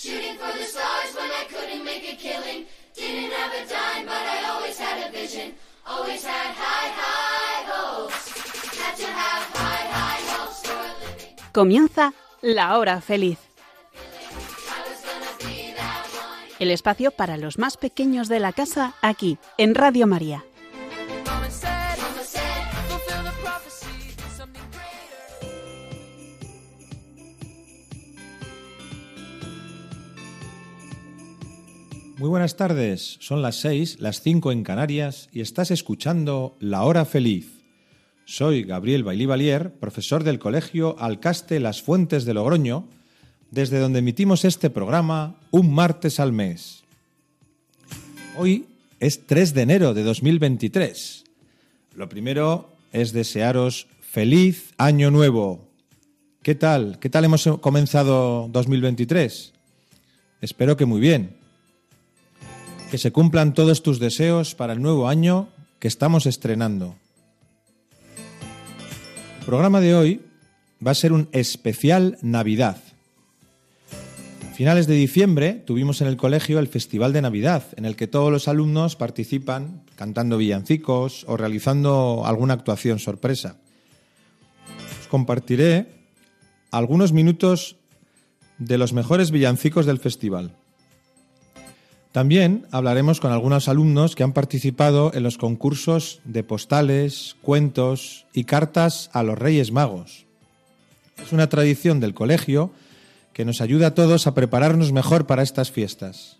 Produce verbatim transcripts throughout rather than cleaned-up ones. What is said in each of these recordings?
Shooting for the stars when I couldn't make a killing. Didn't have a dime, but I always had a vision. Always had high, high hopes. Had to have high, high hopes for a living. Comienza La Hora Feliz. El espacio para los más pequeños de la casa, aquí, en Radio María. Muy buenas tardes, son las seis, las cinco en Canarias y estás escuchando La Hora Feliz. Soy Gabriel Bailí Valier, profesor del Colegio Alcaste Las Fuentes de Logroño, desde donde emitimos este programa un martes al mes. Hoy es tres de enero de dos mil veintitrés. Lo primero es desearos feliz año nuevo. ¿Qué tal? ¿Qué tal hemos comenzado dos mil veintitrés? Espero que muy bien. Que se cumplan todos tus deseos para el nuevo año que estamos estrenando. El programa de hoy va a ser un especial Navidad. A finales de diciembre tuvimos en el colegio el Festival de Navidad, en el que todos los alumnos participan cantando villancicos o realizando alguna actuación sorpresa. Os compartiré algunos minutos de los mejores villancicos del festival. También hablaremos con algunos alumnos que han participado en los concursos de postales, cuentos y cartas a los Reyes Magos. Es una tradición del colegio que nos ayuda a todos a prepararnos mejor para estas fiestas.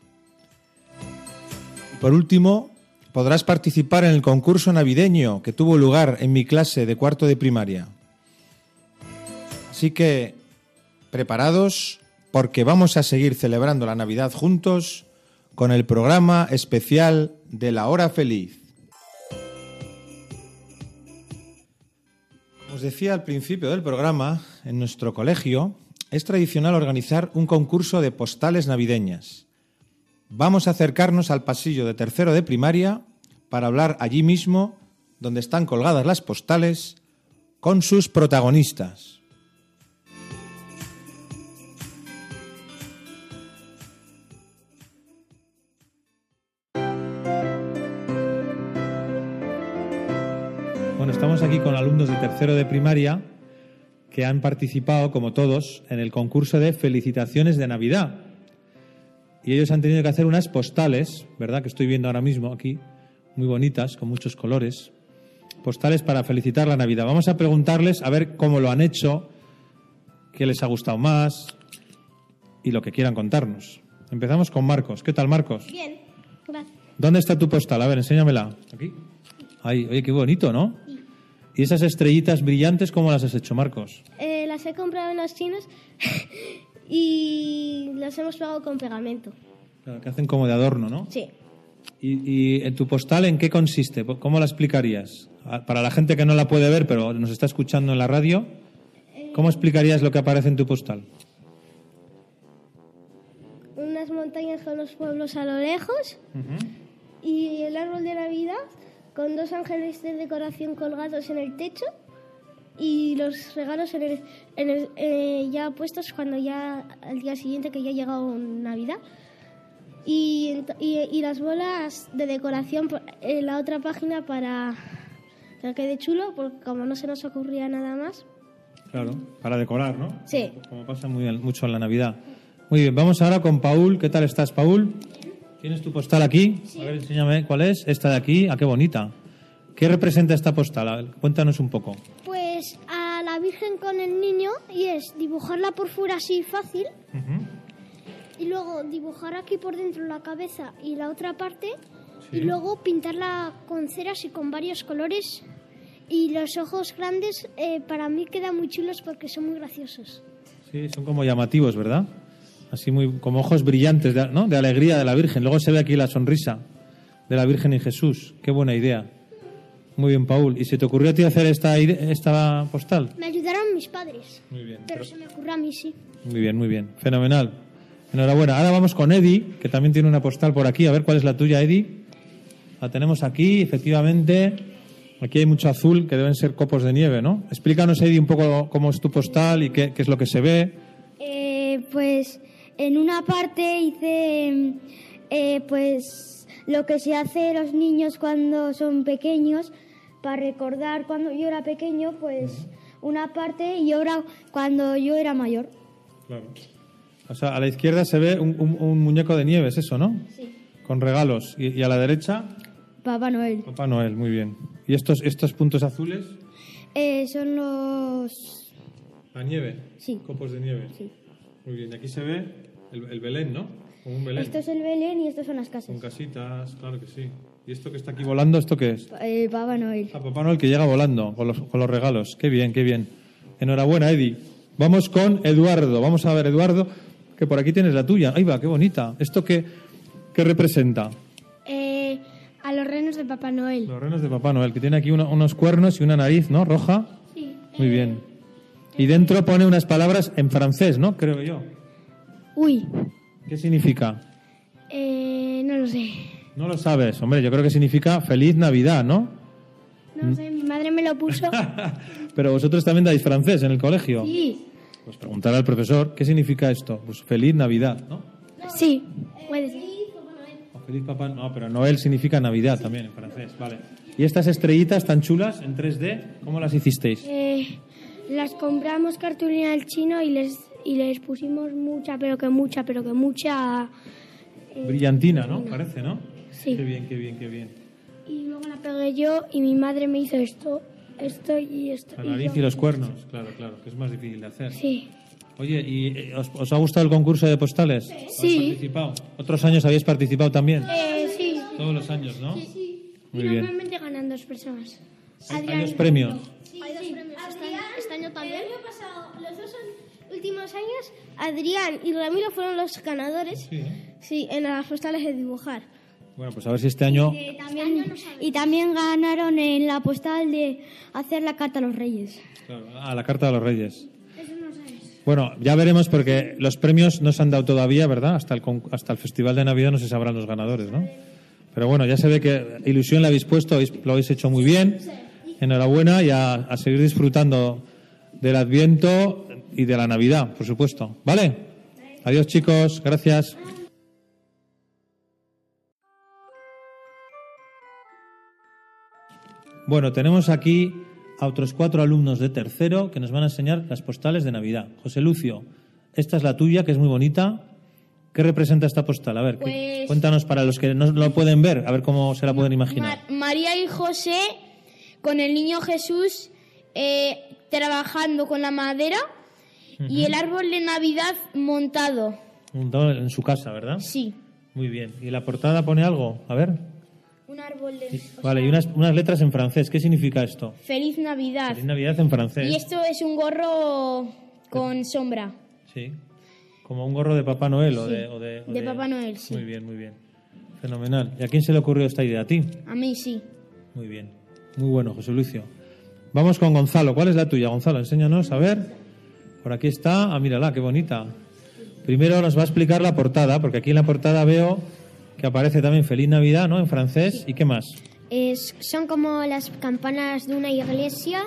Y por último, podrás participar en el concurso navideño que tuvo lugar en mi clase de cuarto de primaria. Así que, preparados, porque vamos a seguir celebrando la Navidad juntos con el programa especial de La Hora Feliz. Como os decía al principio del programa, en nuestro colegio es tradicional organizar un concurso de postales navideñas. Vamos a acercarnos al pasillo de tercero de primaria para hablar allí mismo, donde están colgadas las postales, con sus protagonistas. Bueno, estamos aquí con alumnos de tercero de primaria que han participado, como todos, en el concurso de felicitaciones de Navidad. Y ellos han tenido que hacer unas postales, ¿verdad?, que estoy viendo ahora mismo aquí, muy bonitas, con muchos colores. Postales para felicitar la Navidad. Vamos a preguntarles a ver cómo lo han hecho, qué les ha gustado más y lo que quieran contarnos. Empezamos con Marcos. ¿Qué tal, Marcos? Bien, gracias. ¿Dónde está tu postal? A ver, enséñamela. ¿Aquí? Ay, oye, qué bonito, ¿no? Sí. ¿Y esas estrellitas brillantes cómo las has hecho, Marcos? Eh, las he comprado en los chinos y las hemos pegado con pegamento. Claro, que hacen como de adorno, ¿no? Sí. ¿Y, y en tu postal en qué consiste? ¿Cómo la explicarías? Para la gente que no la puede ver, pero nos está escuchando en la radio, ¿cómo explicarías lo que aparece en tu postal? Unas montañas con los pueblos a lo lejos, uh-huh, y el árbol de Navidad con dos ángeles de decoración colgados en el techo y los regalos en el, en el, eh, ya puestos cuando ya al día siguiente que ya ha llegado Navidad. Y, y, y las bolas de decoración en la otra página para que quede chulo, porque como no se nos ocurría nada más. Claro, para decorar, ¿no? Sí. Como pasa muy bien, mucho en la Navidad. Muy bien, vamos ahora con Paul. ¿Qué tal estás, Paul? ¿Tienes tu postal aquí? Sí. A ver, enséñame cuál es. Esta de aquí. Ah, qué bonita. ¿Qué representa esta postal? A ver, cuéntanos un poco. Pues a la Virgen con el niño, y es dibujarla por fuera así fácil, uh-huh, y luego dibujar aquí por dentro la cabeza y la otra parte, sí, y luego pintarla con ceras y con varios colores. Y los ojos grandes eh, para mí quedan muy chulos porque son muy graciosos. Sí, son como llamativos, ¿verdad? Así muy como ojos brillantes, de, ¿no?, de alegría de la Virgen. Luego se ve aquí la sonrisa de la Virgen y Jesús. Qué buena idea. Muy bien, Paul. ¿Y se te ocurrió a ti hacer esta, esta postal? Me ayudaron mis padres. Muy bien. Pero, pero se me ocurrió a mí, sí. Muy bien, muy bien. Fenomenal. Enhorabuena. Ahora vamos con Eddie, que también tiene una postal por aquí. A ver cuál es la tuya, Eddie. La tenemos aquí, efectivamente. Aquí hay mucho azul, que deben ser copos de nieve, ¿no? Explícanos, Eddie, un poco cómo es tu postal y qué, qué es lo que se ve. Eh, pues en una parte hice eh, pues lo que se hace los niños cuando son pequeños para recordar cuando yo era pequeño, pues una parte y ahora cuando yo era mayor. Claro. O sea, a la izquierda se ve un, un, un muñeco de nieve, es eso, ¿no? Sí. Con regalos. Y, y a la derecha, Papá Noel. Papá Noel, muy bien. ¿Y estos, estos puntos azules? Eh, son los... La nieve. Sí. Copos de nieve. Sí. Muy bien. Aquí se ve el, el Belén, ¿no? Como un Belén. Esto es el Belén y estos son las casas. Con casitas, claro que sí. ¿Y esto que está aquí volando, esto qué es? Eh, Papá Noel. A Papá Noel que llega volando con los, con los regalos. Qué bien, qué bien. Enhorabuena, Eddie. Vamos con Eduardo. Vamos a ver, Eduardo, que por aquí tienes la tuya. Ahí va, qué bonita. ¿Esto qué, qué representa? Eh, a los renos de Papá Noel. Los renos de Papá Noel, que tiene aquí uno- unos cuernos y una nariz, ¿no? Roja. Sí. Muy bien. Y dentro pone unas palabras en francés, ¿no? Creo yo. Uy. ¿Qué significa? Eh, no lo sé. No lo sabes. Hombre, yo creo que significa Feliz Navidad, ¿no? No sé, mi madre me lo puso. Pero vosotros también dais francés en el colegio. Sí. Pues preguntar al profesor, ¿qué significa esto? Pues Feliz Navidad, ¿no? Sí. Puede ser. O Feliz Papá... No, pero Noel significa Navidad también en francés, vale. ¿Y estas estrellitas tan chulas en tres D, cómo las hicisteis? Eh, las compramos cartulina del chino y les y les pusimos mucha, pero que mucha, pero que mucha. eh, Brillantina, ¿no? Parece, ¿no? Sí. Qué bien, qué bien, qué bien. Y luego la pegué yo y mi madre me hizo esto, esto y esto. La y nariz yo- y los cuernos, claro, claro, que es más difícil de hacer. Sí. Oye, ¿y eh, os, os ha gustado el concurso de postales? ¿Habéis Sí. participado? ¿Otros años habéis participado también? Eh, sí. Todos los años, ¿no? Sí. Muy y bien. normalmente ganan dos personas. Hay hay dos premios. Hay dos premios este año, este año también. El año pasado, los dos últimos años, Adrián y Ramiro fueron los ganadores. Sí, ¿eh? Sí, en las postales de dibujar. Bueno, pues a ver si este año... Eh, también, y también ganaron en la postal de hacer la carta a los reyes. Claro, ah, la Carta de los Reyes. Bueno, ya veremos porque los premios no se han dado todavía, ¿verdad? Hasta el, con- hasta el Festival de Navidad no se sabrán los ganadores, ¿no? Pero bueno, ya se ve que ilusión le habéis puesto, habéis- lo habéis hecho muy bien. Enhorabuena y a, a seguir disfrutando del Adviento y de la Navidad, por supuesto. ¿Vale? Adiós, chicos. Gracias. Bueno, tenemos aquí a otros cuatro alumnos de tercero que nos van a enseñar las postales de Navidad. José Lucio, esta es la tuya, que es muy bonita. ¿Qué representa esta postal? A ver, ¿qué- Pues- cuéntanos para los que no lo pueden ver, a ver cómo se la pueden imaginar. Ma- María y José con el niño Jesús eh, trabajando con la madera y el árbol de Navidad montado. Montado en su casa, ¿verdad? Sí. Muy bien. ¿Y la portada pone algo? A ver. Un árbol de... o Vale, sea, y unas, unas letras en francés. ¿Qué significa esto? Feliz Navidad. Feliz Navidad en francés. Y esto es un gorro con sombra. Sí. Como un gorro de Papá Noel o Sí, de... o de, o de Papá Noel, sí. Muy bien, muy bien. Fenomenal. ¿Y a quién se le ocurrió esta idea? ¿A ti? A mí sí. Muy bien. Muy bueno, José Lucio. Vamos con Gonzalo. ¿Cuál es la tuya, Gonzalo? Enséñanos, a ver. Por aquí está. Ah, mírala, qué bonita. Primero nos va a explicar la portada, porque aquí en la portada veo que aparece también Feliz Navidad, ¿no? En francés. ¿Y qué más? Es, son como las campanas de una iglesia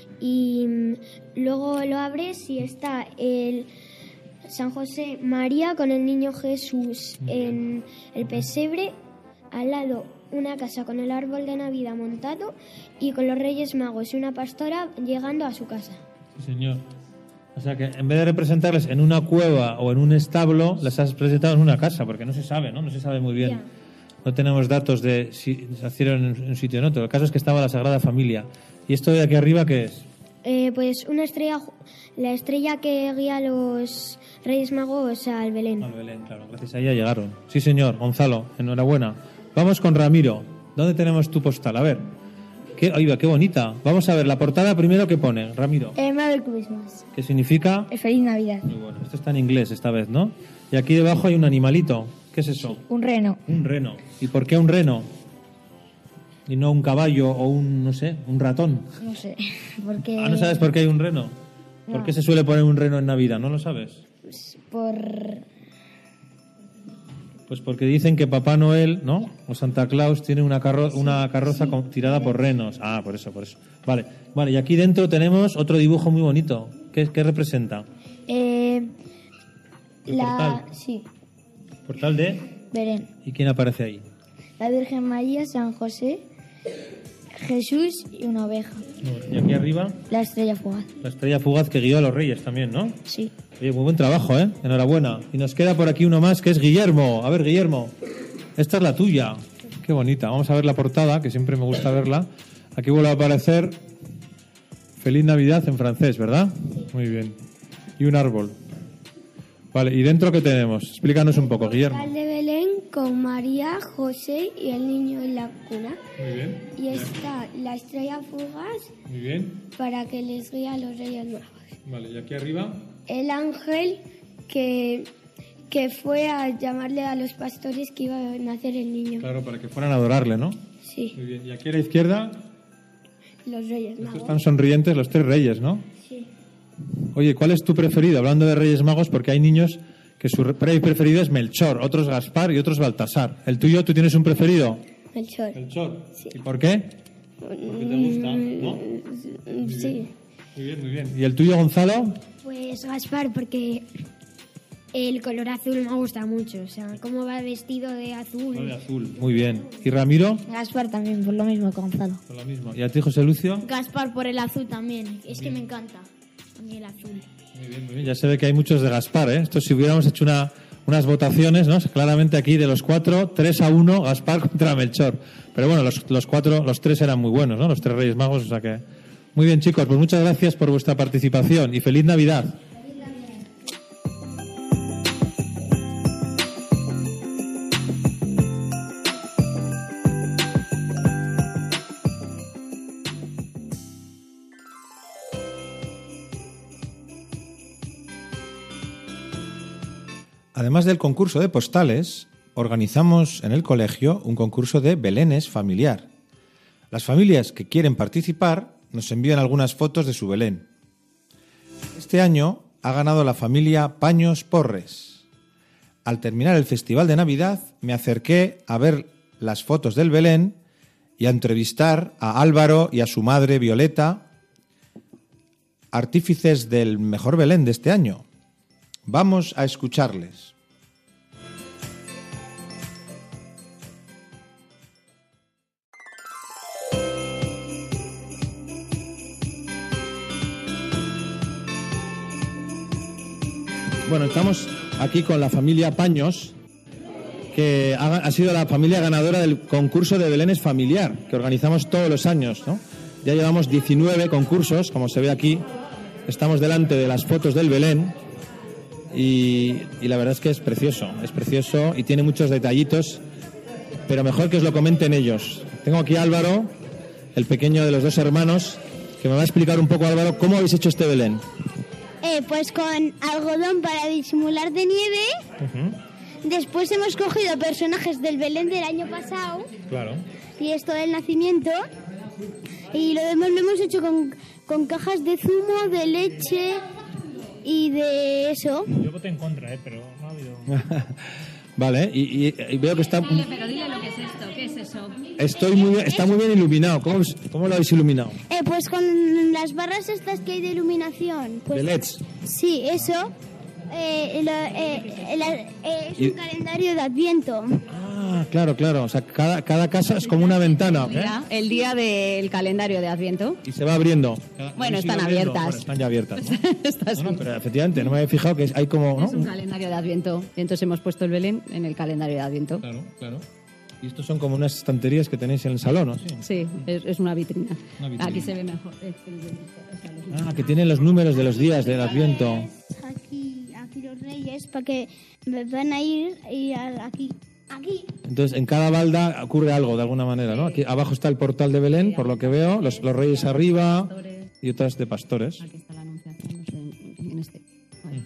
y mm, luego lo abres y está el San José María con el niño Jesús en el pesebre, al lado una casa con el árbol de Navidad montado y con los Reyes Magos y una pastora llegando a su casa. Sí, señor. O sea que en vez de representarles en una cueva o en un establo, las has presentado en una casa, porque no se sabe, ¿no? No se sabe muy bien. Ya. No tenemos datos de si se hicieron en un sitio o en otro. El caso es que estaba la Sagrada Familia. ¿Y esto de aquí arriba qué es? Eh, pues una estrella, ju- la estrella que guía a los Reyes Magos al Belén. Al Belén, claro. Gracias a ella llegaron. Sí, señor. Gonzalo, enhorabuena. Vamos con Ramiro. ¿Dónde tenemos tu postal? A ver. ¿Qué, ahí va, qué bonita. Vamos a ver la portada primero que pone, Ramiro. Eh, Merry Christmas. ¿Qué significa? Feliz Navidad. Muy bueno. Esto está en inglés esta vez, ¿no? Y aquí debajo hay un animalito. ¿Qué es eso? Un reno. Un reno. ¿Y por qué un reno? Y no un caballo o un, no sé, un ratón. No sé. Porque... Ah, ¿no sabes por qué hay un reno? ¿Por qué se suele poner un reno en Navidad? ¿No lo sabes? Por... Pues porque dicen que Papá Noel, ¿no? O Santa Claus tiene una, carro una carroza con- tirada por renos. Ah, por eso, por eso. Vale, vale. Y aquí dentro tenemos otro dibujo muy bonito. ¿Qué, qué representa? Eh, ¿El La, portal? sí, ¿Portal de? Belén. ¿Y quién aparece ahí? La Virgen María, San José, Jesús y una oveja. Y aquí arriba, La estrella fugaz. la estrella fugaz que guió a los reyes también, ¿no? Sí. Oye, muy buen trabajo, ¿eh? Enhorabuena. Y nos queda por aquí uno más, que es Guillermo. A ver, Guillermo, esta es la tuya. Qué bonita. Vamos a ver la portada, que siempre me gusta verla. Aquí vuelve a aparecer Feliz Navidad en francés, ¿verdad? Sí. Muy bien. Y un árbol. Vale, ¿y dentro qué tenemos? Explícanos un poco, Guillermo. El de Belén con María, José y el niño en la cuna. Muy bien. Y está la estrella fugaz Muy bien. para que les guíe a los Reyes Magos. Vale, ¿y aquí arriba? El ángel que, que fue a llamarle a los pastores que iba a nacer el niño. Claro, para que fueran a adorarle, ¿no? Sí, Muy bien. Y aquí a la izquierda, los Reyes estos Magos. están sonrientes los tres reyes, ¿no? Sí. Oye, ¿cuál es tu preferido? Hablando de Reyes Magos, porque hay niños que su rey preferido es Melchor, otros Gaspar y otros Baltasar. ¿El tuyo, tú tienes un preferido? Melchor. Melchor. Sí. ¿Y por qué? Porque te gusta, ¿no? Sí. Muy bien, muy bien. ¿Y el tuyo, Gonzalo? Pues Gaspar, porque el color azul me gusta mucho. O sea, cómo va vestido de azul. De azul. Muy bien. ¿Y Ramiro? Gaspar también, por lo mismo que Gonzalo. Por lo mismo. ¿Y a ti, José Lucio? Gaspar por el azul también. Es que me encanta. A mí el azul. Muy bien, muy bien. Ya se ve que hay muchos de Gaspar, ¿eh? Esto si hubiéramos hecho una, unas votaciones, ¿no? Claramente aquí de los cuatro, tres a uno, Gaspar contra Melchor. Pero bueno, los, los cuatro, los tres eran muy buenos, ¿no? Los tres Reyes Magos, o sea que... Muy bien, chicos, pues muchas gracias por vuestra participación y feliz Navidad. Además del concurso de postales, organizamos en el colegio un concurso de belenes familiar. Las familias que quieren participar nos envían algunas fotos de su Belén. Este año ha ganado la familia Paños Porres. Al terminar el Festival de Navidad me acerqué a ver las fotos del Belén y a entrevistar a Álvaro y a su madre Violeta, artífices del mejor Belén de este año. Vamos a escucharles. Bueno, estamos aquí con la familia Paños, que ha, ha sido la familia ganadora del concurso de Belénes familiar, que organizamos todos los años, ¿no? Ya llevamos diecinueve concursos, como se ve aquí. Estamos delante de las fotos del Belén y, y la verdad es que es precioso, es precioso y tiene muchos detallitos, pero mejor que os lo comenten ellos. Tengo aquí a Álvaro, el pequeño de los dos hermanos, que me va a explicar un poco, Álvaro, cómo habéis hecho este Belén. Eh, pues con algodón para disimular de nieve. Uh-huh. Después hemos cogido personajes del Belén del año pasado. Claro. Y esto del nacimiento. Y lo demás lo hemos hecho con, con cajas de zumo, de leche y de eso. Yo voté en contra, ¿eh? Pero no ha habido... Vale, y, y, y veo que está... Dile, pero dile lo que es esto, ¿qué es eso? Estoy muy bien, está muy bien iluminado. ¿Cómo, cómo lo habéis iluminado? Eh, pues con las barras estas que hay de iluminación. Pues, ¿De L E Ds? Sí, eso. Eh, lo- eh, la- eh, es Y- un calendario de Adviento. Ah, claro, claro. O sea, cada, cada casa es como una ventana, ¿eh? Día, el día del calendario de Adviento. Y se va abriendo. Bueno, ¿Habéis ido están abriendo? abiertas. Bueno, están ya abiertas, ¿no? Está así. No, no, pero efectivamente, no me había fijado que hay como... ¿no? Es un calendario de Adviento. Y entonces hemos puesto el Belén en el calendario de Adviento. Claro, claro. Y estos son como unas estanterías que tenéis en el salón, ¿no? Sí. Sí, es, es una vitrina. Una vitrina. Aquí se ve mejor. Es el- o sea, los- Ah, que tienen los números de los días del Adviento. Aquí, aquí los reyes, para que van a ir y a- aquí. Aquí. Entonces, en cada balda ocurre algo de alguna manera, ¿no? Aquí abajo está el portal de Belén, por lo que veo, los, los reyes arriba y otras de pastores. Aquí está la anunciación, no sé, en, en este. Ahí.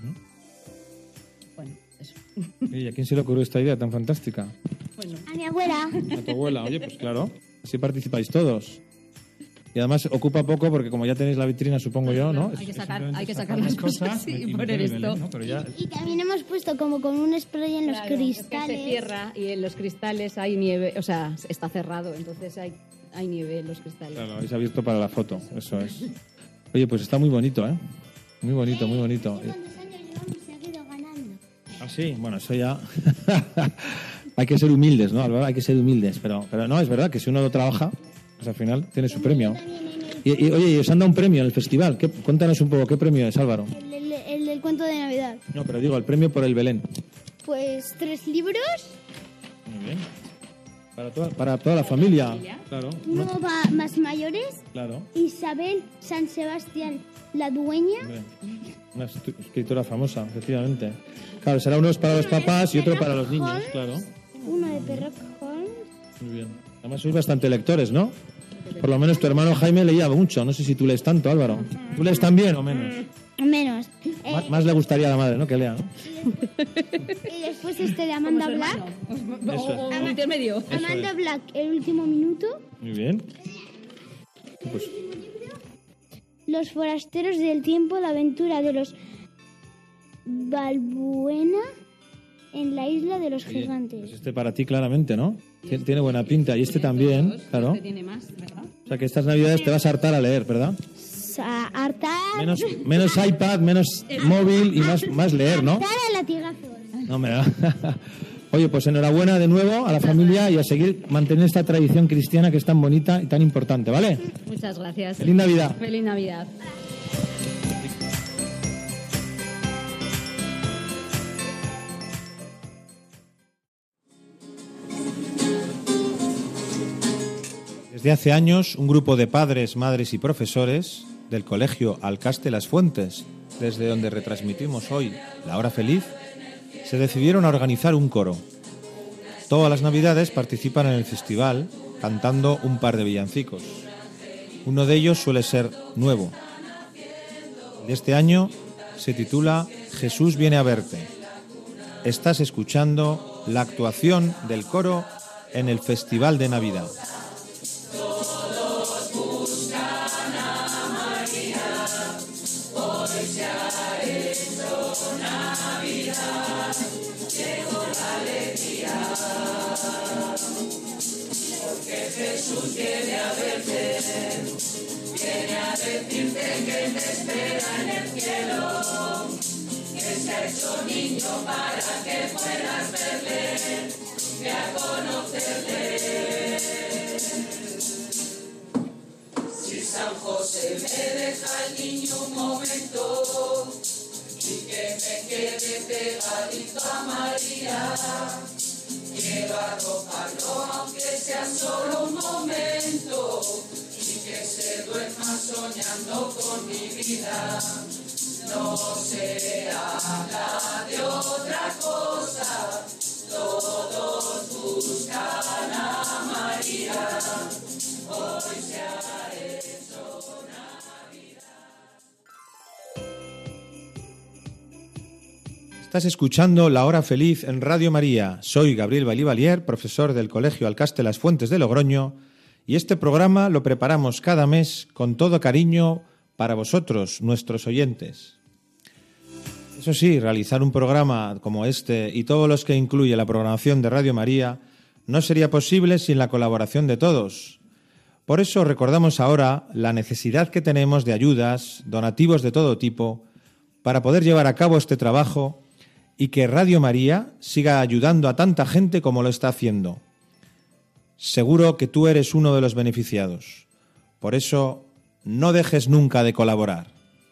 Bueno, eso. ¿Y a quién se le ocurrió esta idea tan fantástica? Bueno, A mi abuela. A tu abuela. Oye, pues claro, así participáis todos. Y además ocupa poco porque como ya tenéis la vitrina, supongo yo, ¿no? hay que Es- sacar, es hay que simplemente sacar las cosas y y meter poner el esto. Belén, ¿no? Pero ya... Y también hemos puesto como con un spray en los Claro, es que cristales. se cierra y en los cristales hay nieve, o sea, está cerrado, entonces hay, hay nieve en los cristales. Claro, habéis abierto para la foto, eso es. Oye, pues está muy bonito, ¿eh? Muy bonito, muy bonito. ¿Cuántos años llevamos seguido ganando? Ah, sí, bueno, eso ya... Hay que ser humildes, ¿no, Álvaro? Hay que ser humildes, pero, pero no, es verdad que si uno lo trabaja, pues al final tiene su premio. Y, y oye, ¿y os han dado un premio en el festival? ¿Qué, cuéntanos un poco, ¿qué premio es, Álvaro? El, el, el del cuento de Navidad. No, pero digo, el premio por el Belén. Pues tres libros. Muy bien. Para toda, para toda la familia. Claro. Uno ¿no? va más mayores. Claro. Isabel San Sebastián, la dueña. Hombre, una escritora famosa, efectivamente. Claro, será uno para los papás y otro para los niños, claro. Uno de Sherlock Holmes. Muy bien. Además sois bastante lectores, ¿no? Por lo menos tu hermano Jaime leía mucho. No sé si tú lees tanto, Álvaro. ¿Tú lees también o menos? Menos. Eh, Más, más le gustaría a la madre, ¿no? Que lea, ¿no? y después este de Amanda Black. Eso es. O, o intermedio. Amanda Black, el último minuto. Muy bien. Pues, Los forasteros del tiempo, la aventura de los Balbuena en la isla de los oye, gigantes. pues este para ti claramente, ¿no? Tien- Tiene buena pinta. Y este también, claro. Este tiene más, ¿verdad? O sea que estas navidades te vas a hartar a leer, ¿verdad? Sa- Hartar. Menos, menos iPad, menos móvil y más, más leer, ¿no? Hartar a latigazos. No me da. Oye, pues enhorabuena de nuevo a la familia y a seguir manteniendo esta tradición cristiana que es tan bonita y tan importante, ¿vale? Muchas gracias. Feliz Navidad. Feliz Navidad. Desde hace años, un grupo de padres, madres y profesores del Colegio Alcaste Las Fuentes, desde donde retransmitimos hoy La Hora Feliz, se decidieron a organizar un coro. Todas las Navidades participan en el festival cantando un par de villancicos. Uno de ellos suele ser nuevo. De este año se titula Jesús viene a verte. Estás escuchando la actuación del coro en el Festival de Navidad. Estás escuchando La Hora Feliz en Radio María. Soy Gabriel Bailí-Valier, profesor del Colegio Alcaste Las Fuentes de Logroño, y este programa lo preparamos cada mes con todo cariño para vosotros, nuestros oyentes. Eso sí, realizar un programa como este y todos los que incluye la programación de Radio María no sería posible sin la colaboración de todos. Por eso recordamos ahora la necesidad que tenemos de ayudas, donativos de todo tipo, para poder llevar a cabo este trabajo y que Radio María siga ayudando a tanta gente como lo está haciendo. Seguro que tú eres uno de los beneficiados. Por eso, no dejes nunca de colaborar.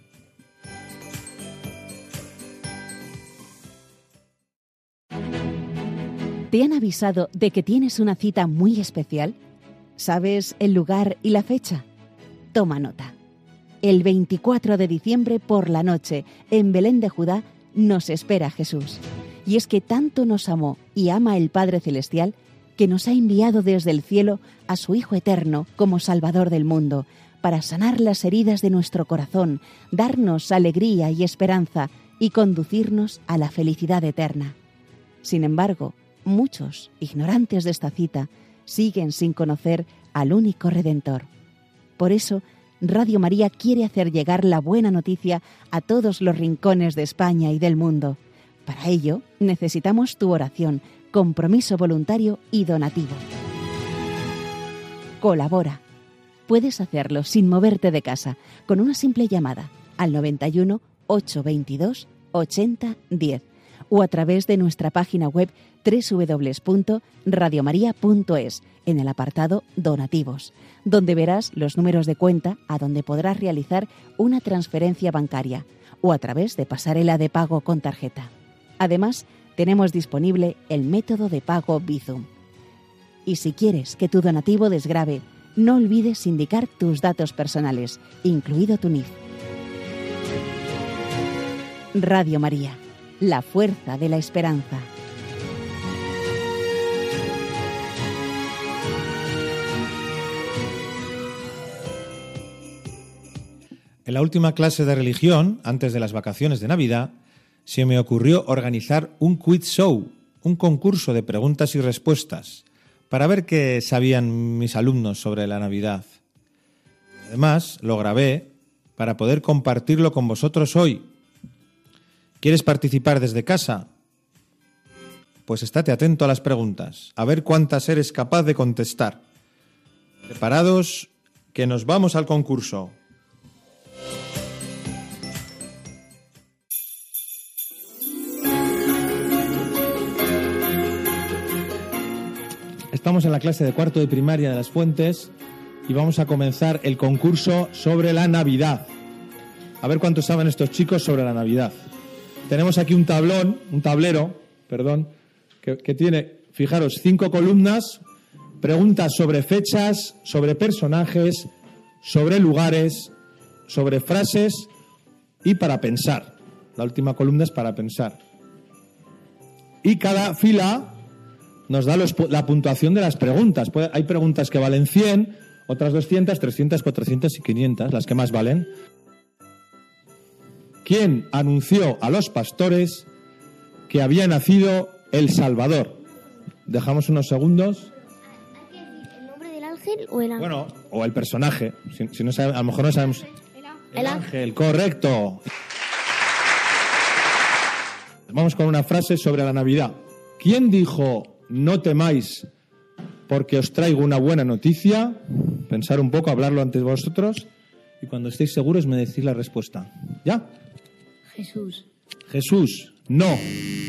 ¿Te han avisado de que tienes una cita muy especial? ¿Sabes el lugar y la fecha? Toma nota. El veinticuatro de diciembre por la noche, en Belén de Judá, nos espera Jesús. Y es que tanto nos amó y ama el Padre Celestial que nos ha enviado desde el cielo a su Hijo Eterno como Salvador del mundo, para sanar las heridas de nuestro corazón, darnos alegría y esperanza y conducirnos a la felicidad eterna. Sin embargo, muchos, ignorantes de esta cita, siguen sin conocer al único Redentor. Por eso, Radio María quiere hacer llegar la buena noticia a todos los rincones de España y del mundo. Para ello, necesitamos tu oración, compromiso voluntario y donativo. Colabora. Puedes hacerlo sin moverte de casa, con una simple llamada al noventa y uno, ochocientos veintidós, ochenta, diez o a través de nuestra página web doble u doble u doble u punto radio maría punto es en el apartado Donativos, donde verás los números de cuenta a donde podrás realizar una transferencia bancaria o a través de pasarela de pago con tarjeta. Además, tenemos disponible el método de pago Bizum. Y si quieres que tu donativo desgrave, no olvides indicar tus datos personales, incluido tu N I F. Radio María, la fuerza de la esperanza. En la última clase de religión, antes de las vacaciones de Navidad, se me ocurrió organizar un quiz show, un concurso de preguntas y respuestas, para ver qué sabían mis alumnos sobre la Navidad. Además, lo grabé para poder compartirlo con vosotros hoy. ¿Quieres participar desde casa? Pues estate atento a las preguntas, a ver cuántas eres capaz de contestar. ¿Preparados? Que nos vamos al concurso. Estamos en la clase de cuarto de primaria de Las Fuentes y vamos a comenzar el concurso sobre la Navidad. A ver cuánto saben estos chicos sobre la Navidad. Tenemos aquí un tablón, un tablero, perdón, que, que tiene, fijaros, cinco columnas, preguntas sobre fechas, sobre personajes, sobre lugares, sobre frases y para pensar. La última columna es para pensar. Y cada fila nos da los, la puntuación de las preguntas. Puede, hay preguntas que valen cien, otras doscientas, trescientas, cuatrocientas y quinientas, las que más valen. ¿Quién anunció a los pastores que había nacido el Salvador? Dejamos unos segundos. ¿El nombre del ángel o el ángel? Bueno, o el personaje. Si, si no sabe, a lo mejor no sabemos. El, el ángel, correcto. Vamos con una frase sobre la Navidad. ¿Quién dijo: no temáis porque os traigo una buena noticia? Pensar un poco, hablarlo ante vosotros y cuando estéis seguros me decís la respuesta. ¿Ya? Jesús. Jesús, no.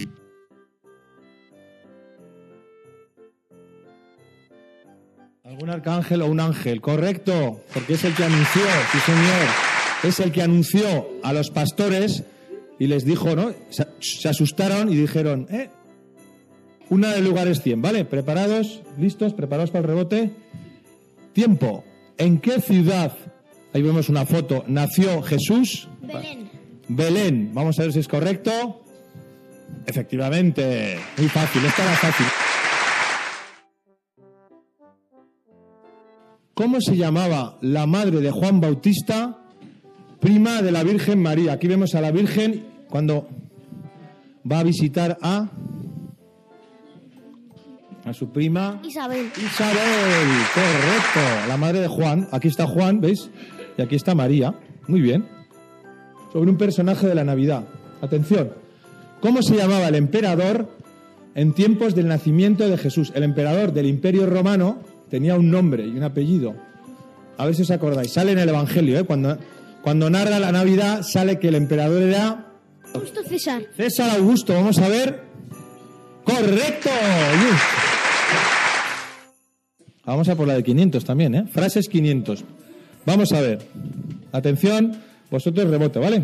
¿Algún arcángel o un ángel? Correcto, porque es el que anunció, sí señor, es el que anunció a los pastores y les dijo, ¿no? Se, se asustaron y dijeron, eh, una de lugares cien, ¿vale? ¿Preparados? ¿Listos? ¿Preparados para el rebote? Tiempo. ¿En qué ciudad, ahí vemos una foto, nació Jesús? Belén. Belén. Vamos a ver si es correcto. Efectivamente. Muy fácil, esta era fácil. ¿Cómo se llamaba la madre de Juan Bautista, prima de la Virgen María? Aquí vemos a la Virgen cuando va a visitar a... a su prima Isabel. Isabel, correcto. La madre de Juan. Aquí está Juan, ¿veis? Y aquí está María. Muy bien. Sobre un personaje de la Navidad. Atención. ¿Cómo se llamaba el emperador en tiempos del nacimiento de Jesús? El emperador del Imperio Romano tenía un nombre y un apellido. A ver si os acordáis. Sale en el Evangelio, ¿eh? Cuando, cuando narra la Navidad sale que el emperador era... Augusto César. César Augusto. Vamos a ver. ¡Correcto! Vamos a por la de quinientos también, ¿eh? Frases quinientos. Vamos a ver. Atención, vosotros rebote, ¿vale?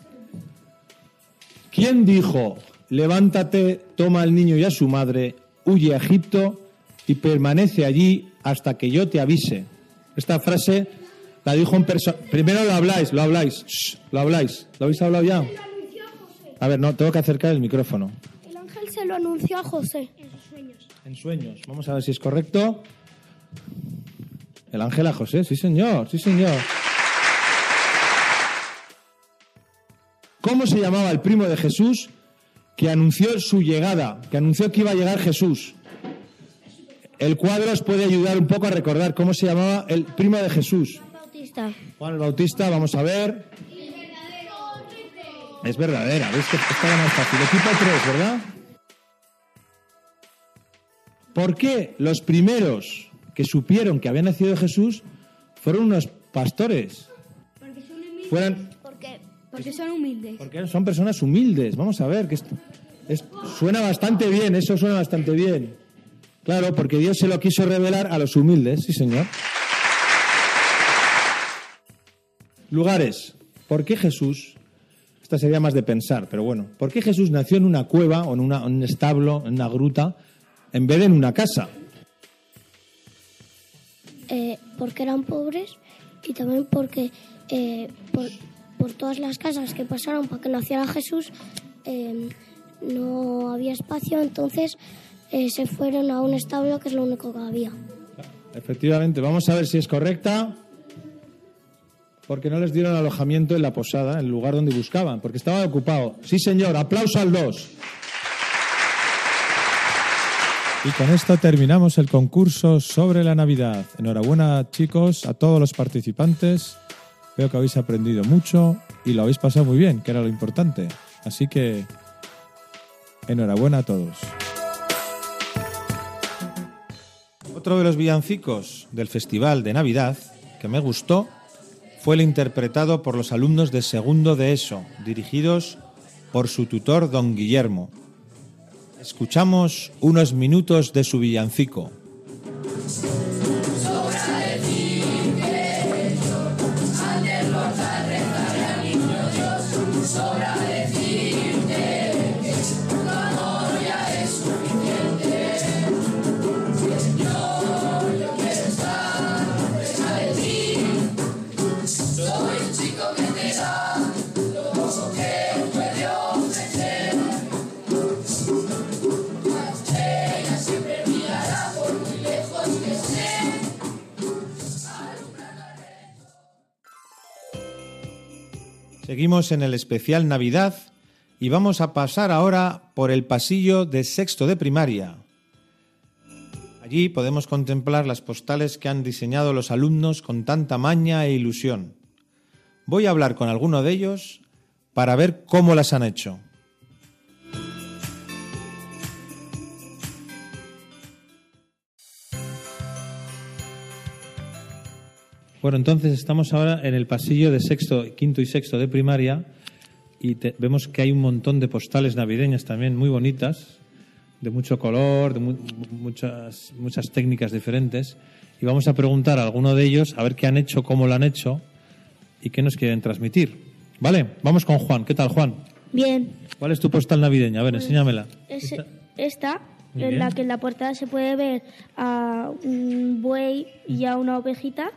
¿Quién dijo: levántate, toma al niño y a su madre, huye a Egipto y permanece allí hasta que yo te avise? Esta frase la dijo un personaje. Primero lo habláis, lo habláis, Shh, lo habláis. ¿Lo habéis hablado ya? A ver, no, tengo que acercar el micrófono. El ángel se lo anunció a José. En sueños. Vamos a ver si es correcto. El ángel a José, sí señor, sí señor. ¿Cómo se llamaba el primo de Jesús que anunció su llegada, que anunció que iba a llegar Jesús? El cuadro os puede ayudar un poco a recordar cómo se llamaba el primo de Jesús. Juan Bautista. Juan el Bautista, vamos a ver. Es verdadera, ¿veis que esta era más fácil? Equipo tres, ¿verdad? ¿Por qué los primeros que supieron que había nacido Jesús fueron unos pastores? Porque son humildes. Fueran, Porque Porque son humildes. porque son personas humildes. Vamos a ver. Que esto... Es, suena bastante bien, eso suena bastante bien. Claro, porque Dios se lo quiso revelar a los humildes, sí señor. Lugares. ¿Por qué Jesús? Esta sería más de pensar, pero bueno. ¿Por qué Jesús nació en una cueva o en, una, en un establo, en una gruta, en vez de en una casa? Eh, porque eran pobres y también porque eh, por, por todas las casas que pasaron para que naciera Jesús eh, no había espacio, entonces eh, se fueron a un establo que es lo único que había. Efectivamente, vamos a ver si es correcta. Porque no les dieron alojamiento en la posada, en el lugar donde buscaban, porque estaba ocupado. Sí, señor, aplauso al dos. Y con esto terminamos el concurso sobre la Navidad. Enhorabuena, chicos, a todos los participantes. Veo que habéis aprendido mucho y lo habéis pasado muy bien, que era lo importante. Así que, enhorabuena a todos. Otro de los villancicos del Festival de Navidad que me gustó fue el interpretado por los alumnos de segundo de ESO, dirigidos por su tutor, don Guillermo. Escuchamos unos minutos de su villancico. Seguimos en el especial Navidad y vamos a pasar ahora por el pasillo de sexto de primaria. Allí podemos contemplar las postales que han diseñado los alumnos con tanta maña e ilusión. Voy a hablar con alguno de ellos para ver cómo las han hecho. Bueno, entonces estamos ahora en el pasillo de sexto, quinto y sexto de primaria y te, vemos que hay un montón de postales navideñas también muy bonitas, de mucho color, de mu muchas, muchas técnicas diferentes. Y vamos a preguntar a alguno de ellos a ver qué han hecho, cómo lo han hecho y qué nos quieren transmitir. ¿Vale? Vamos con Juan. ¿Qué tal, Juan? Bien. ¿Cuál es tu postal navideña? A ver, Pues, enséñamela. Es ¿Esta? esta, Muy en bien. la que en la portada se puede ver a un buey y a una ovejita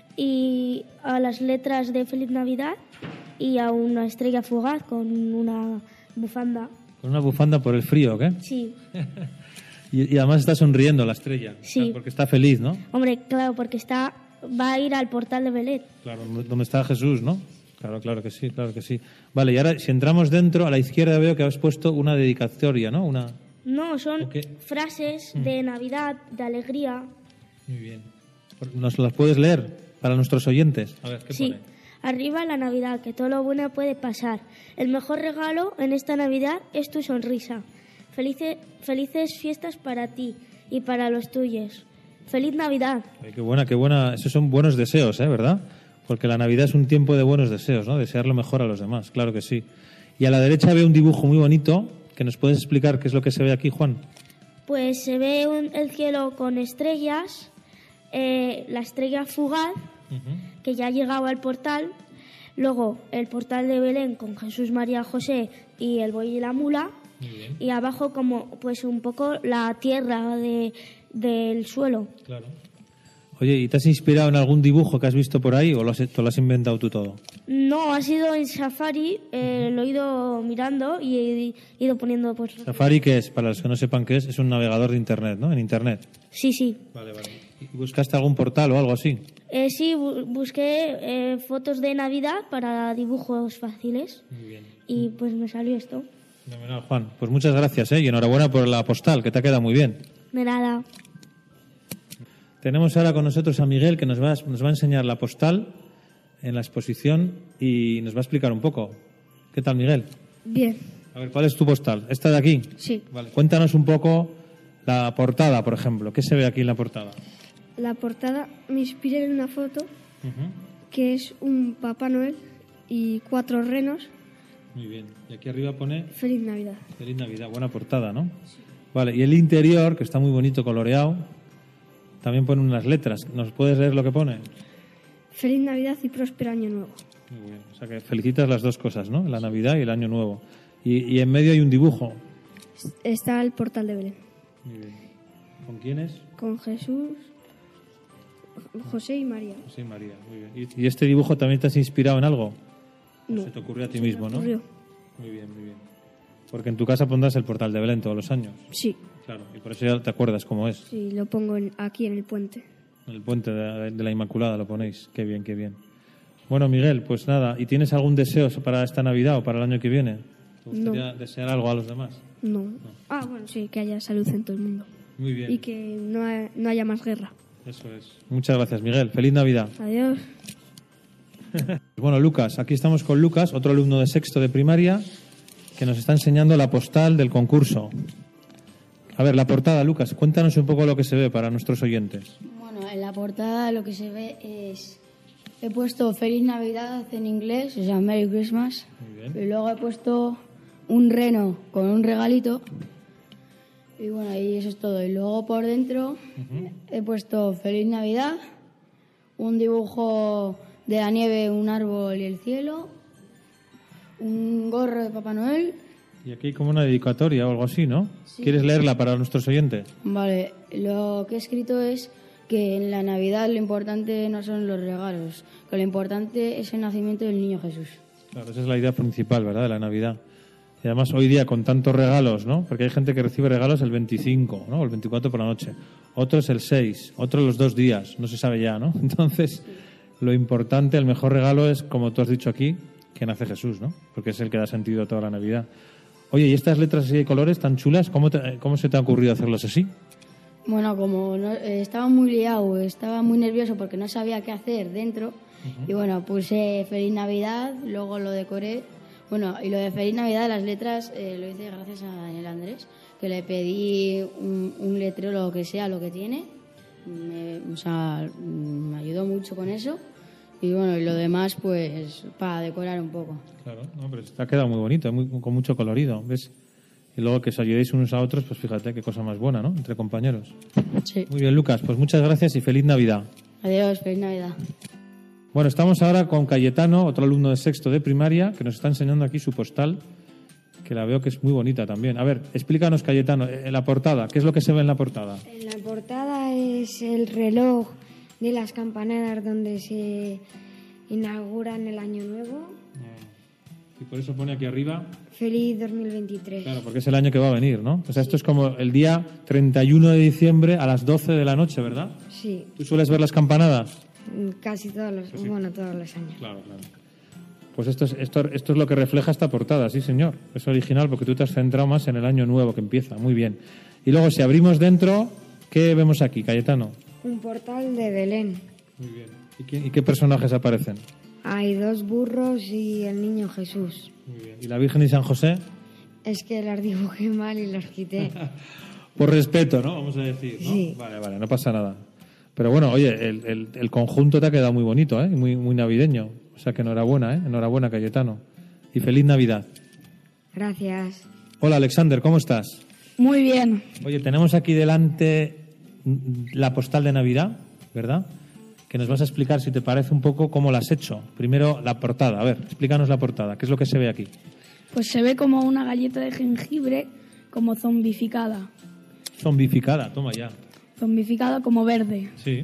y a las letras de Feliz Navidad y a una estrella fugaz con una bufanda. ¿Con una bufanda por el frío o qué? Sí. Y, y además está sonriendo la estrella. Sí. Claro, porque está feliz, ¿no? Hombre, claro, porque está va a ir al portal de Belén. Claro, donde está Jesús, ¿no? Claro, claro que sí, claro que sí. Vale, y ahora si entramos dentro, a la izquierda veo que has puesto una dedicatoria, ¿no? Una... No, son ¿O qué? frases Mm. de Navidad, de alegría. Muy bien. ¿Nos las puedes leer para nuestros oyentes? A ver, ¿qué Sí. pone? Arriba la Navidad, que todo lo bueno puede pasar. El mejor regalo en esta Navidad es tu sonrisa. Felices, felices fiestas para ti y para los tuyos. ¡Feliz Navidad! Ay, qué buena, qué buena. Esos son buenos deseos, ¿eh? ¿Verdad? Porque la Navidad es un tiempo de buenos deseos, ¿no? Desear lo mejor a los demás, claro que sí. Y a la derecha veo un dibujo muy bonito, que nos puedes explicar qué es lo que se ve aquí, Juan. Pues se ve un- el cielo con estrellas, eh, la estrella fugaz, que ya ha llegado al portal, luego el portal de Belén con Jesús, María, José y el buey y la mula, y abajo como pues un poco la tierra de, del suelo. Claro. Oye, ¿y te has inspirado en algún dibujo que has visto por ahí o lo has, te lo has inventado tú todo? No, ha sido en Safari, eh, lo he ido mirando y he ido poniendo pues... Safari, ¿qué es? Para los que no sepan qué es, es un navegador de Internet, ¿no? En Internet. Sí, sí. Vale, vale. ¿Y buscaste algún portal o algo así? Eh, sí, bu- busqué eh, fotos de Navidad para dibujos fáciles Muy bien. y pues me salió esto. Fenomenal, Juan. Pues muchas gracias, ¿eh? Y enhorabuena por la postal, que te ha quedado muy bien. De nada. Tenemos ahora con nosotros a Miguel, que nos va, a- nos va a enseñar la postal en la exposición y nos va a explicar un poco. ¿Qué tal, Miguel? Bien, A ver, ¿cuál es tu postal? ¿Esta de aquí? sí. Vale. Cuéntanos un poco la portada, por ejemplo. ¿Qué se ve aquí en la portada? La portada me inspiré en una foto Ujú. que es un Papá Noel y cuatro renos Muy bien. Y aquí arriba pone Feliz Navidad. Feliz Navidad. Buena portada, ¿no? Sí. Vale, y el interior, que está muy bonito, coloreado, también pone unas letras. ¿Nos puedes leer lo que pone? Feliz Navidad y próspero año nuevo. Muy bien. O sea que felicitas las dos cosas, ¿no? La Navidad y el año nuevo. Y, y en medio hay un dibujo. Está el portal de Belén. Muy bien. ¿Con quién es? Con Jesús, José y María. José y María, muy bien. ¿Y, y este dibujo también te has inspirado en algo? No. Se te ocurrió a ti Se me mismo, ¿no? ocurrió. Muy bien, muy bien. Porque en tu casa pondrás el portal de Belén todos los años. Sí. Claro, y por eso ya te acuerdas cómo es. Sí, lo pongo en- aquí en el puente. En el puente de, de la Inmaculada lo ponéis. Qué bien, qué bien. Bueno, Miguel, pues nada. ¿Y tienes algún deseo para esta Navidad o para el año que viene? ¿Te gustaría No. desear algo a los demás? No. Ah, bueno, sí, que haya salud en todo el mundo. Muy bien. Y que no, ha- no haya más guerra. Eso es. Muchas gracias, Miguel. Feliz Navidad. Adiós. Bueno, Lucas, aquí estamos con Lucas, otro alumno de sexto de primaria, que nos está enseñando la postal del concurso. A ver, la portada, Lucas, cuéntanos un poco lo que se ve para nuestros oyentes. Bueno, en la portada lo que se ve es... He puesto Feliz Navidad en inglés, o sea, Merry Christmas. Muy bien. Y luego he puesto un reno con un regalito. Y bueno, y eso es todo. Y luego por dentro he puesto Feliz Navidad, un dibujo de la nieve, un árbol y el cielo, un gorro de Papá Noel. Y aquí hay como una dedicatoria o algo así, ¿no? Sí. ¿Quieres leerla para nuestros oyentes? Vale, lo que he escrito es que en la Navidad lo importante no son los regalos, que lo importante es el nacimiento del niño Jesús. Claro, esa es la idea principal, ¿verdad?, de la Navidad. Y además hoy día con tantos regalos, ¿no? Porque hay gente que recibe regalos el veinticinco, ¿no? O el veinticuatro por la noche. Otros el seis, otros los dos días, no se sabe ya, ¿no? Entonces, lo importante, el mejor regalo es, como tú has dicho aquí, que nace Jesús, ¿no? Porque es el que da sentido a toda la Navidad. Oye, ¿y estas letras así de colores tan chulas, cómo, te- cómo se te ha ocurrido hacerlos así? Bueno, como no- eh, estaba muy liado, estaba muy nervioso porque no sabía qué hacer dentro, y bueno, puse Feliz Navidad, luego lo decoré. Bueno, y lo de Feliz Navidad, las letras, eh, lo hice gracias a Daniel Andrés, que le pedí un, un letrero, lo que sea, lo que tiene. Me, o sea, me ayudó mucho con eso. Y bueno, y lo demás, pues, para decorar un poco. Claro, no, pero te ha quedado muy bonito, muy, con mucho colorido, ¿ves? Y luego que os ayudéis unos a otros, pues fíjate qué cosa más buena, ¿no? Entre compañeros. Sí. Muy bien, Lucas, pues muchas gracias y feliz Navidad. Adiós, Feliz Navidad. Bueno, estamos ahora con Cayetano, otro alumno de sexto de primaria, que nos está enseñando aquí su postal, que la veo que es muy bonita también. A ver, explícanos, Cayetano, en la portada, ¿qué es lo que se ve en la portada? En la portada es el reloj de las campanadas donde se inauguran el año nuevo. Y por eso pone aquí arriba, Feliz dos mil veintitrés. claro, porque es el año que va a venir, ¿no? O sea, esto es como el día treinta y uno de diciembre a las doce de la noche, ¿verdad? Sí, ¿Tú sueles ver las campanadas? casi todos los, Pues sí. bueno, todos los años. Claro, claro. Pues esto es, esto, esto es lo que refleja esta portada, sí, señor. Es original porque tú te has centrado más en el año nuevo que empieza. Muy bien. Y luego, si abrimos dentro, ¿qué vemos aquí, Cayetano? Un portal de Belén. Muy bien. ¿Y qué, y qué personajes aparecen? Hay dos burros y el niño Jesús. Muy bien. ¿Y la Virgen y San José? Es que las dibujé mal y los quité. Por respeto, ¿no? Vamos a decir, ¿no? Sí. Vale, vale, no pasa nada. Pero bueno, oye, el, el, el conjunto te ha quedado muy bonito, ¿eh? Muy, muy navideño. O sea que enhorabuena, ¿eh? Enhorabuena, Cayetano. Y feliz Navidad. Gracias. Hola, Alexander, ¿cómo estás? Muy bien. Oye, tenemos aquí delante mm, la postal de Navidad, ¿verdad? Que nos vas a explicar, si te parece, un poco cómo la has hecho. Primero, la portada. A ver, explícanos la portada. ¿Qué es lo que se ve aquí? Pues se ve como una galleta de jengibre, como zombificada. Zombificada, toma ya. Zombificada como verde. Sí.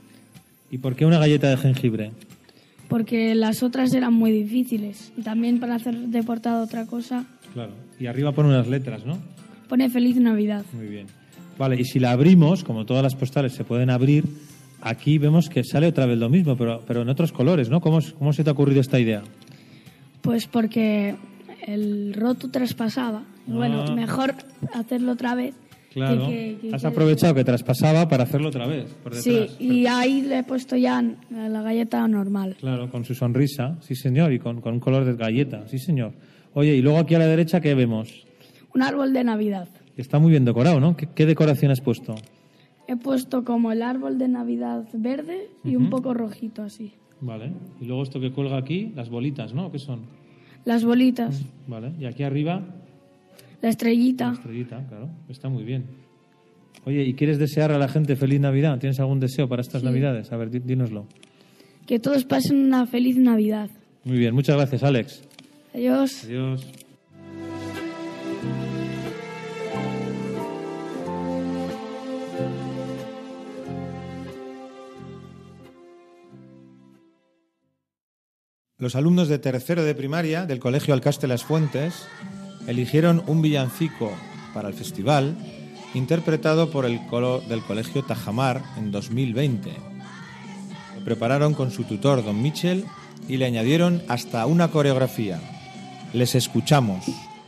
¿Y por qué una galleta de jengibre? Porque las otras eran muy difíciles. Y también para hacer de portada otra cosa, Claro. Y arriba pone unas letras, ¿no? pone Feliz Navidad. Muy bien. Vale, y si la abrimos, como todas las postales se pueden abrir, aquí vemos que sale otra vez lo mismo, pero, pero en otros colores, ¿no? ¿Cómo, es- cómo se te ha ocurrido esta idea? Pues porque el roto traspasaba. Y bueno, Ah. mejor hacerlo otra vez. Claro. que- que- que Has quede- aprovechado que traspasaba para hacerlo otra vez, por Sí, detrás. y ahí le he puesto ya la galleta normal. Claro, con su sonrisa, sí señor, y con, con un color de galleta, sí señor. Oye, y luego aquí a la derecha, ¿qué vemos? Un árbol de Navidad. Está muy bien decorado, ¿no? ¿Qué, qué decoración has puesto? He puesto como el árbol de Navidad verde y Ujú. un poco rojito así. Vale. Y luego esto que cuelga aquí, las bolitas, ¿no? ¿Qué son? Las bolitas. Vale, y aquí arriba... La estrellita. La estrellita, claro. Está muy bien. Oye, ¿y quieres desear a la gente feliz Navidad? ¿Tienes algún deseo para estas Sí. Navidades? A ver, dí- dínoslo. Que todos pasen una feliz Navidad. Muy bien, muchas gracias, Alex. Adiós. Adiós. Los alumnos de tercero de primaria del Colegio Alcaste Las Fuentes eligieron un villancico para el festival interpretado por el coro del Colegio Tajamar en dos mil veinte. Lo prepararon con su tutor, don Michel, y le añadieron hasta una coreografía. Les escuchamos.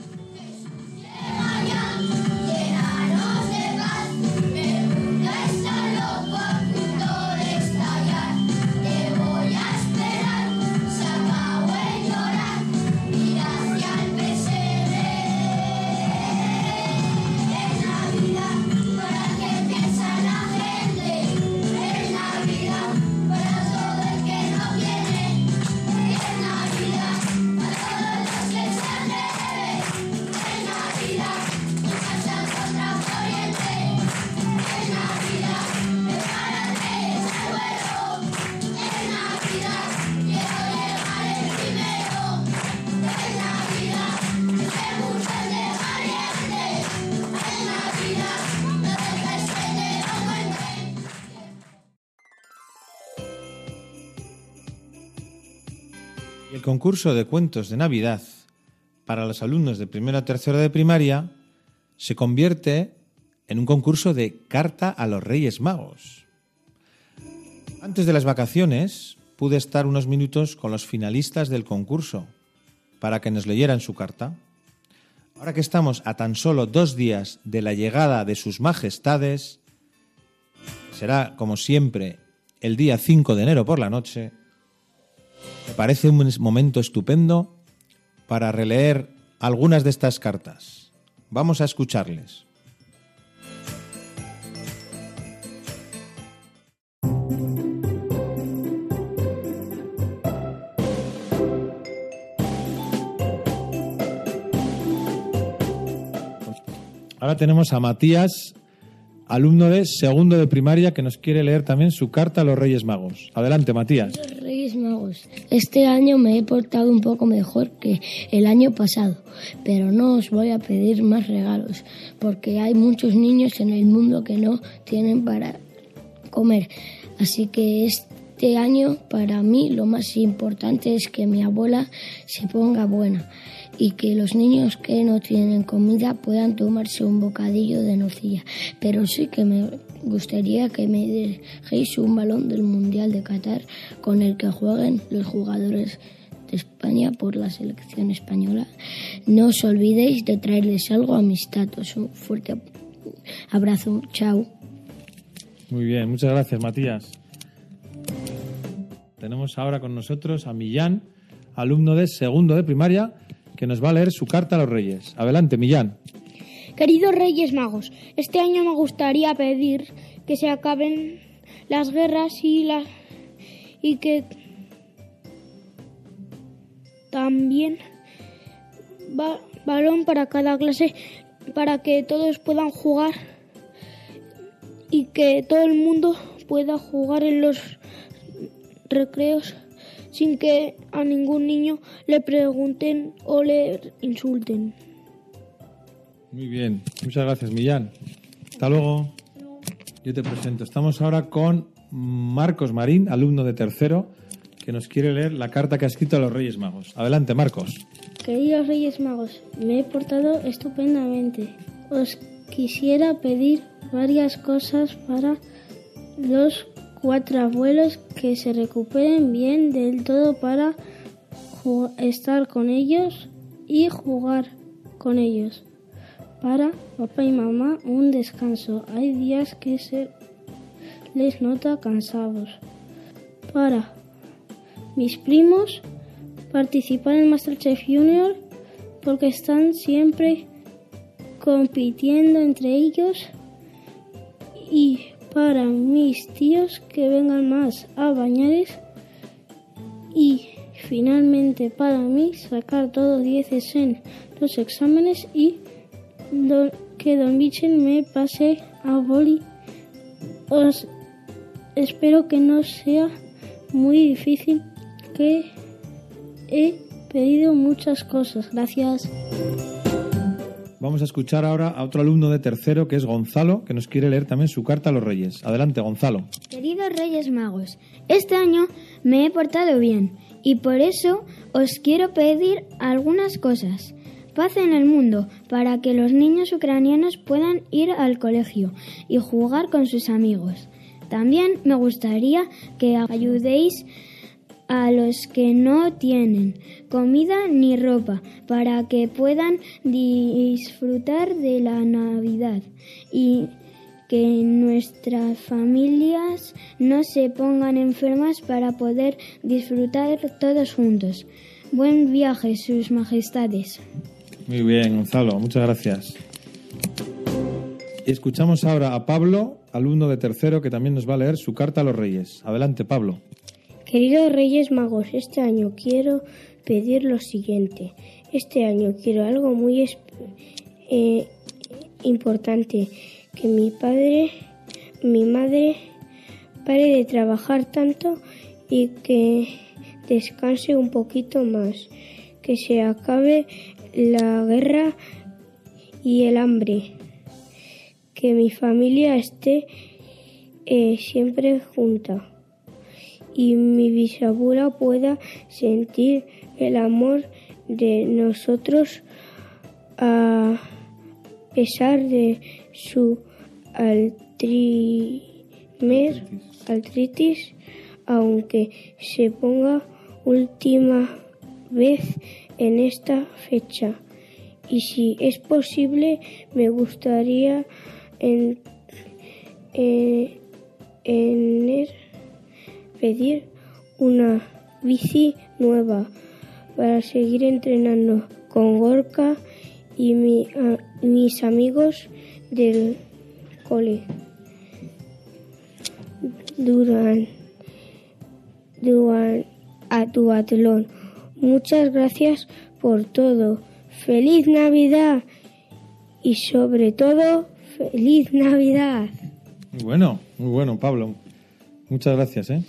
El concurso de cuentos de Navidad para los alumnos de primero a tercero de primaria se convierte en un concurso de carta a los Reyes Magos. Antes de las vacaciones pude estar unos minutos con los finalistas del concurso para que nos leyeran su carta. Ahora que estamos a tan solo dos días de la llegada de sus majestades, será, como siempre, el día cinco de enero por la noche. Me parece un momento estupendo para releer algunas de estas cartas. Vamos a escucharles. Ahora tenemos a Matías, alumno de segundo de primaria, que nos quiere leer también su carta a los Reyes Magos. Adelante, Matías. Reyes Magos, este año me he portado un poco mejor que el año pasado, pero no os voy a pedir más regalos, porque hay muchos niños en el mundo que no tienen para comer. Así que este año, para mí, lo más importante es que mi abuela se ponga buena y que los niños que no tienen comida puedan tomarse un bocadillo de nocilla. Pero sí que me gustaría que me dejéis un balón del Mundial de Qatar con el que jueguen los jugadores de España por la selección española. No os olvidéis de traerles algo a mis tatos. Un fuerte abrazo. Chao. Muy bien, muchas gracias, Matías. Tenemos ahora con nosotros a Millán, alumno de segundo de primaria, que nos va a leer su carta a los Reyes. Adelante, Millán. Queridos Reyes Magos, este año me gustaría pedir que se acaben las guerras y, la, y que también ba, balón para cada clase para que todos puedan jugar y que todo el mundo pueda jugar en los recreos sin que a ningún niño le pregunten o le insulten. Muy bien, muchas gracias, Millán. Hasta luego. Yo te presento. Estamos ahora con Marcos Marín, alumno de tercero, que nos quiere leer la carta que ha escrito a los Reyes Magos. Adelante, Marcos. Queridos Reyes Magos, me he portado estupendamente. Os quisiera pedir varias cosas para los cuatro abuelos, que se recuperen bien del todo para estar con ellos y jugar con ellos. Para papá y mamá, un descanso. Hay días que se les nota cansados. Para mis primos, participar en MasterChef Junior porque están siempre compitiendo entre ellos. Y para mis tíos, que vengan más a Bañares. Y finalmente para mí sacar todos dieces en los exámenes y do, que Don Vicent me pase a boli. Os espero que no sea muy difícil, que he pedido muchas cosas. Gracias. Vamos a escuchar ahora a otro alumno de tercero, que es Gonzalo, que nos quiere leer también su carta a los Reyes. Adelante, Gonzalo. Queridos Reyes Magos, este año me he portado bien y por eso os quiero pedir algunas cosas. Paz en el mundo, para que los niños ucranianos puedan ir al colegio y jugar con sus amigos. También me gustaría que ayudéis a los que no tienen comida ni ropa, para que puedan disfrutar de la Navidad y que nuestras familias no se pongan enfermas, para poder disfrutar todos juntos. Buen viaje, sus majestades. Muy bien, Gonzalo, muchas gracias. Y escuchamos ahora a Pablo, alumno de tercero, que también nos va a leer su carta a los Reyes. Adelante, Pablo. Queridos Reyes Magos, este año quiero pedir lo siguiente. Este año quiero algo muy eh, importante, que mi padre, mi madre pare de trabajar tanto y que descanse un poquito más, que se acabe la guerra y el hambre, que mi familia esté eh, siempre junta y mi bisabuela pueda sentir el amor de nosotros a pesar de su altrimer, artritis, aunque se ponga última vez en esta fecha. Y si es posible, me gustaría en, en, en pedir una bici nueva para seguir entrenando con Gorka y mi, a, mis amigos del cole durante, durante a duatlón. Muchas gracias por todo. ¡Feliz Navidad! Y sobre todo, ¡Feliz Navidad! Muy bueno, muy bueno, Pablo. Muchas gracias, ¿eh?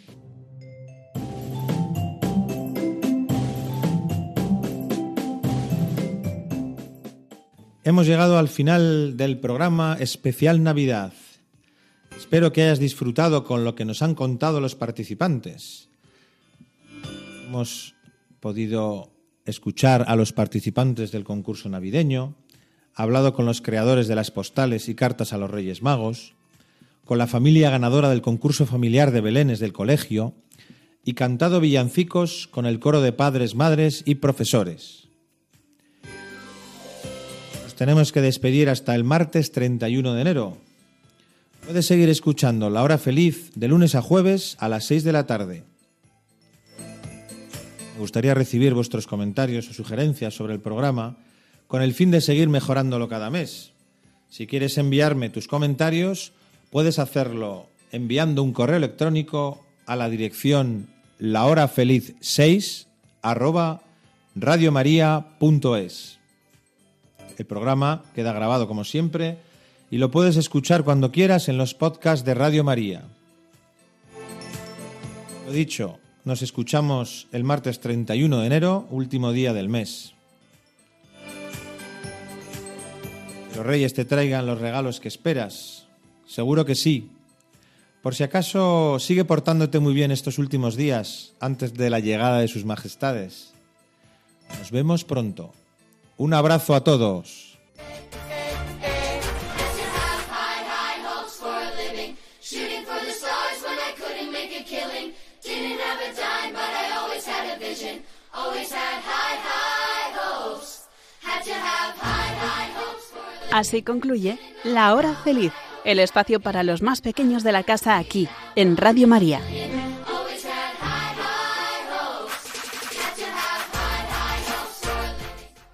Hemos llegado al final del programa especial Navidad. Espero que hayas disfrutado con lo que nos han contado los participantes. Hemos podido escuchar a los participantes del concurso navideño, hablado con los creadores de las postales y cartas a los Reyes Magos, con la familia ganadora del concurso familiar de Belénes del colegio y cantado villancicos con el coro de padres, madres y profesores. Nos tenemos que despedir hasta el martes treinta y uno de enero. Puedes seguir escuchando La Hora Feliz de lunes a jueves a las seis de la tarde. Me gustaría recibir vuestros comentarios o sugerencias sobre el programa con el fin de seguir mejorándolo cada mes. Si quieres enviarme tus comentarios, puedes hacerlo enviando un correo electrónico a la dirección lahorafeliz seis arroba radiomaria punto es. El programa queda grabado como siempre y lo puedes escuchar cuando quieras en los podcasts de Radio María. Lo dicho, nos escuchamos el martes treinta y uno de enero, último día del mes. Que los Reyes te traigan los regalos que esperas. Seguro que sí. Por si acaso, sigue portándote muy bien estos últimos días, antes de la llegada de sus majestades. Nos vemos pronto. Un abrazo a todos. Así concluye La Hora Feliz, el espacio para los más pequeños de la casa aquí, en Radio María.